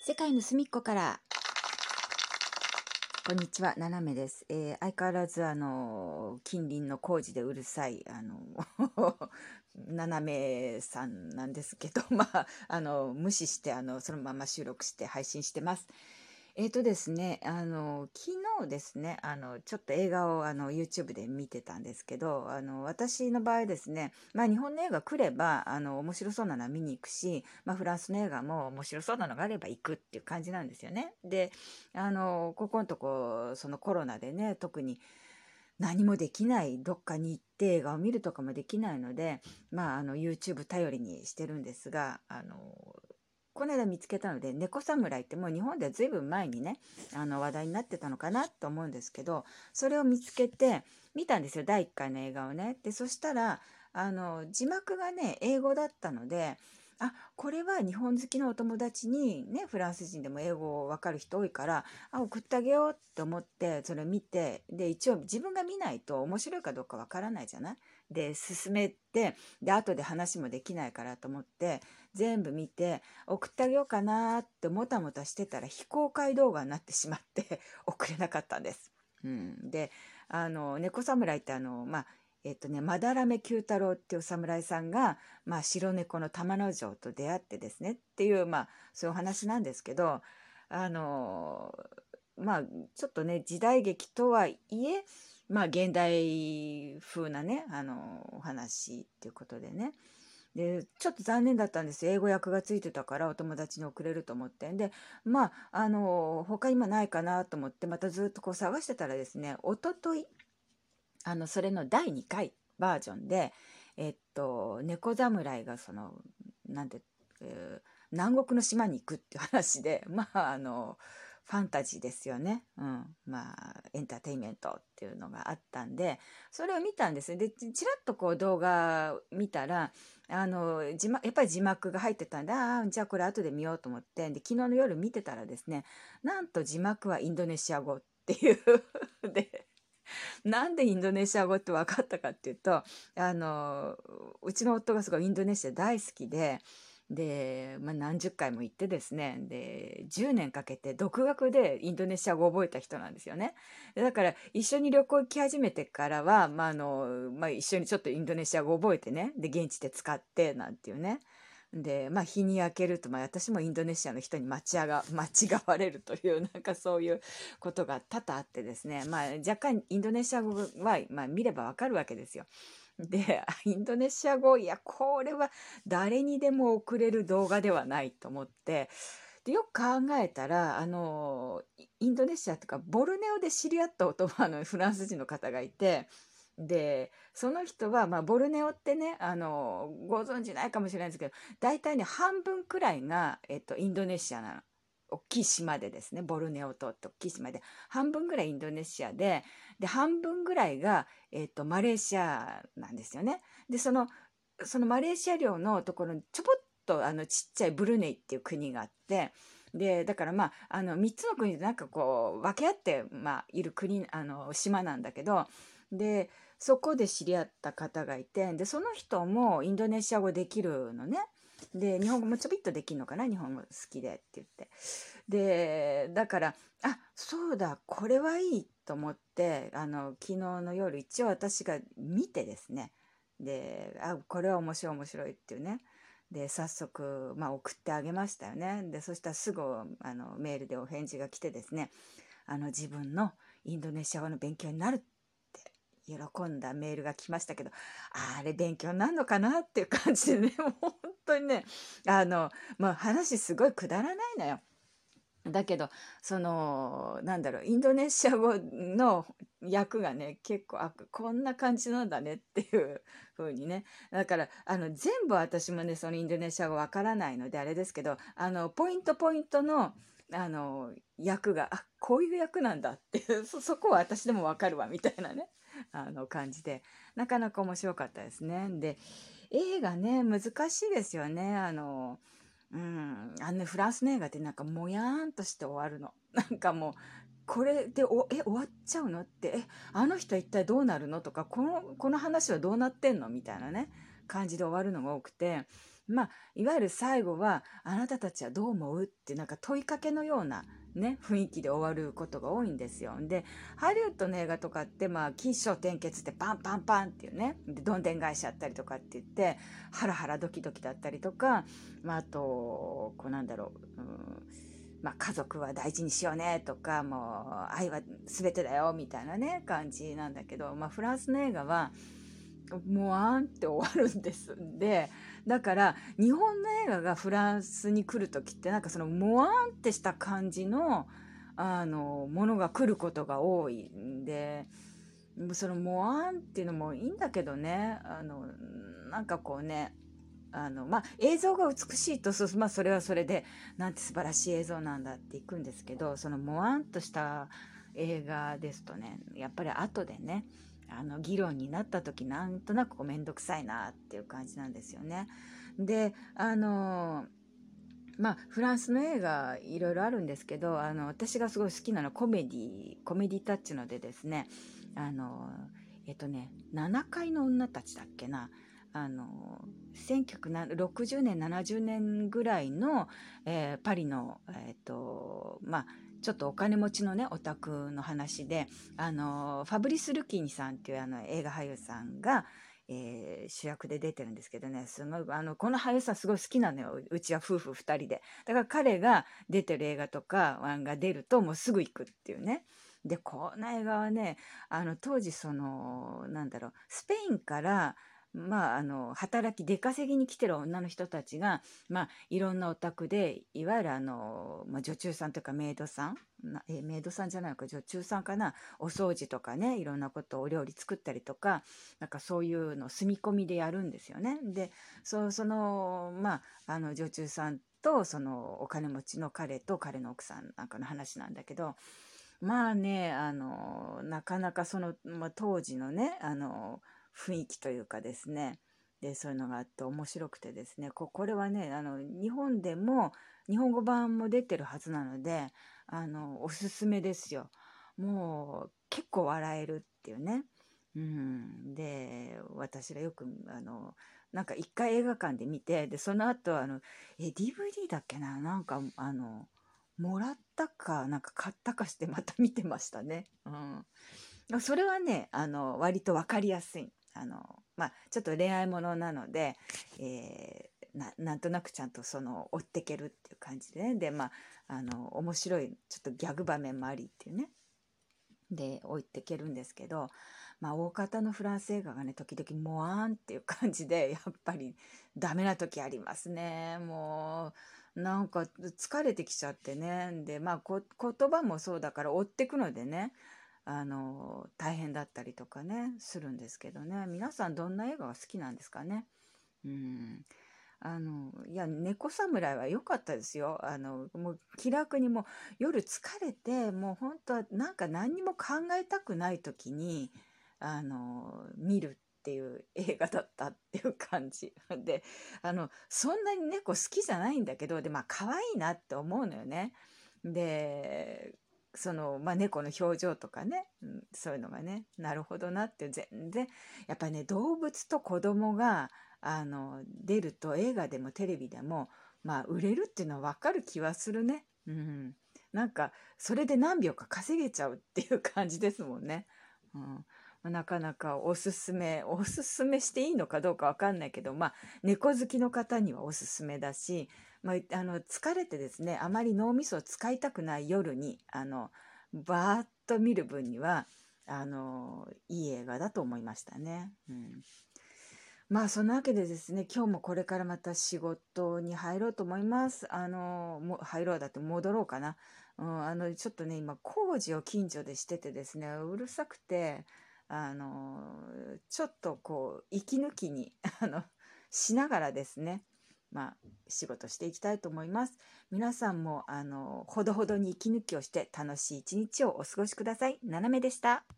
世界の隅っこから。こんにちは、ななめです。相変わらず近隣の工事でうるさいななめさんなんですけど、無視してそのまま収録して配信してます。ですね、昨日ですね、ちょっと映画をYouTube で見てたんですけど、私の場合ですね、日本の映画来れば面白そうなのは見に行くし、フランスの映画も面白そうなのがあれば行くっていう感じなんですよね。で、ここのとこそのコロナでね、特に何もできない、どっかに行って映画を見るとかもできないので、YouTube 頼りにしてるんですが、この間見つけたので、猫侍ってもう日本ではずいぶん前にね、話題になってたのかなと思うんですけど、それを見つけて見たんですよ、第1回の映画をね。で、そしたら、字幕がね、英語だったので、これは日本好きのお友達にね、フランス人でも英語わかる人多いから、送ってあげようと思って、それ見て、で、一応自分が見ないと面白いかどうかわからないじゃない。で、進めて、で、後で話もできないからと思って、全部見て、送ってあげようかなってもたもたしてたら非公開動画になってしまって送れなかったんです。で、猫侍ってまだらめ九太郎っていうお侍さんが、白猫の玉之丞と出会ってですねっていう、そういうお話なんですけど、あのまあちょっとね、時代劇とはいえ、現代風なね、お話っていうことでね。で、ちょっと残念だったんですよ。英語訳がついてたからお友達に送れると思って。で、他今ないかなと思って、またずっとこう探してたらですね、一昨日それの第2回バージョンで、猫侍がなんて、南国の島に行くっていう話で、ファンタジーですよね。エンターテインメントっていうのがあったんで、それを見たんですね。で、ちらっとこう動画見たら、やっぱり字幕が入ってたんで、じゃあこれ後で見ようと思って、で、昨日の夜見てたらですね、なんと字幕はインドネシア語っていうで、なんでインドネシア語って分かったかっていうと、うちの夫がすごいインドネシア大好きで、何十回も行ってですね、で、10年かけて独学でインドネシア語を覚えた人なんですよね。だから一緒に旅行行き始めてからは、一緒にちょっとインドネシア語を覚えてね、で、現地で使ってなんていうね。で、日に焼けると、私もインドネシアの人に間違われるという、なんかそういうことが多々あってですね、若干インドネシア語は、見ればわかるわけですよ。で、インドネシア語、いや、これは誰にでも送れる動画ではないと思って、で、よく考えたら、インドネシアとか、ボルネオで知り合ったフランス人の方がいて、で、その人は、ボルネオってね、ご存知ないかもしれないんですけど、大体ね、半分くらいが、インドネシアなの。大きい島でですね、ボルネオ島って大きい島で、半分ぐらいインドネシアで、半分ぐらいが、マレーシアなんですよね。で、そのマレーシア領のところにちょぽっとちっちゃいブルネイっていう国があって、で、だから3つの国でなんかこう分け合って、いる島なんだけど、で、そこで知り合った方がいて、で、その人もインドネシア語できるのね。で、日本語もちょびっとできるのかな、日本語好きでって言って。で、だから、そうだ、これはいいと思って、昨日の夜、一応私が見てですね、で、これは面白いっていうね。で、早速、送ってあげましたよね。で、そしたらすぐ、メールでお返事が来てですね、自分のインドネシア語の勉強になるって喜んだメールが来ましたけど、あれ勉強になるのかなっていう感じでね、もう本当にね、話すごいくだらないのよ。だけど、なんだろう、インドネシア語の訳がね、結構、こんな感じなんだねっていう風にね。だから、全部私もね、そのインドネシア語わからないので、あれですけど、ポイントポイントの、訳が、こういう訳なんだっていう、そこは私でもわかるわ、みたいなね、感じで、なかなか面白かったですね。で、映画ね、難しいですよね。フランスの映画ってなんかもやーんとして終わるの。なんかもう、これで終わっちゃうのって、あの人は一体どうなるのとか、この話はどうなってんのみたいなね、 感じで終わるのが多くて、まあ、いわゆる最後は、あなたたちはどう思うってなんか問いかけのようなね、雰囲気で終わることが多いんですよ。で、ハリウッドの映画とかって、まあ、起承転結ってパンパンパンっていうね、で、どんでん返しあったりとかって言って、ハラハラドキドキだったりとか、まあ、あと、こうなんだろう、まあ、家族は大事にしようねとか、もう愛は全てだよみたいなね、感じなんだけど、まあ、フランスの映画は、もわーんって終わるんです。で、だから日本の映画がフランスに来る時ってなんかそのもわーんってした感じのものが来ることが多いんで、そのもわーんっていうのもいいんだけどね、なんかこうね、まあ、映像が美しいと、まあ、それはそれでなんて素晴らしい映像なんだっていくんですけど、そのもわんとした映画ですとね、やっぱり後でね、議論になった時なんとなくこうめんどくさいなっていう感じなんですよね。で、まあ、フランスの映画いろいろあるんですけど、私がすごい好きなのはコメディタッチのでですね、あの、7階の女たちだっけな、1960年、70年ぐらいの、パリの、まあ、ちょっとお金持ちのね、オタクの話で、ファブリス・ルキーニさんっていう映画俳優さんが、主役で出てるんですけどね、すごい、この俳優さんすごい好きなのよ。うちは夫婦2人で。だから彼が出てる映画とかが出るともうすぐ行くっていうね。で、この映画はね、当時なんだろう、スペインから、まあ、働き出稼ぎに来てる女の人たちが、まあ、いろんなお宅でいわゆるまあ、女中さんというかメイドさんメイドさんじゃないのか女中さんかな、お掃除とかね、いろんなことお料理作ったりとか、なんかそういうの住み込みでやるんですよね。で、まあ、女中さんとそのお金持ちの彼と彼の奥さんなんかの話なんだけど、まあね、なかなかまあ、当時のね、雰囲気というかですね、で、そういうのがあって面白くてですね、これはね、日本でも、日本語版も出てるはずなので、おすすめですよ。もう、結構笑えるっていうね。うん。で、私がよく、なんか一回映画館で見て、で、その後、DVD だっけな、なんか、もらったか、なんか買ったかしてまた見てましたね。うん。それはね、割とわかりやすい。まあ、ちょっと恋愛ものなので、なんとなくちゃんと追ってけるっていう感じでね。で、まあ、面白い、ちょっとギャグ場面もありっていうね。で、追ってけるんですけど、まあ、大方のフランス映画がね、時々モワーンっていう感じで、やっぱりダメな時ありますね。もう、なんか疲れてきちゃってね。で、まあ、言葉もそうだから追ってくのでね、大変だったりとかね、するんですけどね。皆さんどんな映画が好きなんですかね。うん。いや、猫侍は良かったですよ。もう気楽にもう夜疲れて、もう本当はなんか何にも考えたくない時に、見るっていう映画だったっていう感じ。で、そんなに猫好きじゃないんだけど、で、まあ可愛いなって思うのよね。で、まあ猫の表情とかね、そういうのがね、なるほどなって全然、やっぱりね、動物と子供が、出ると映画でもテレビでも、まあ、売れるっていうのは分かる気はするね。うん。なんか、それで何秒か稼げちゃうっていう感じですもんね。うん。まあなかなかおすすめしていいのかどうか分かんないけど、まあ、猫好きの方にはおすすめだし、まあ、疲れてですね、あまり脳みそを使いたくない夜に、バーッと見る分には、いい映画だと思いましたね。うん。まあ、そんなわけでですね、今日もこれからまた仕事に入ろうと思います。入ろうだって戻ろうかな。うん、ちょっとね、今、工事を近所でしててですね、うるさくて、ちょっとこう、息抜きに、しながらですね、まあ、仕事していきたいと思います。皆さんも、ほどほどに息抜きをして楽しい一日をお過ごしください。ななめでした。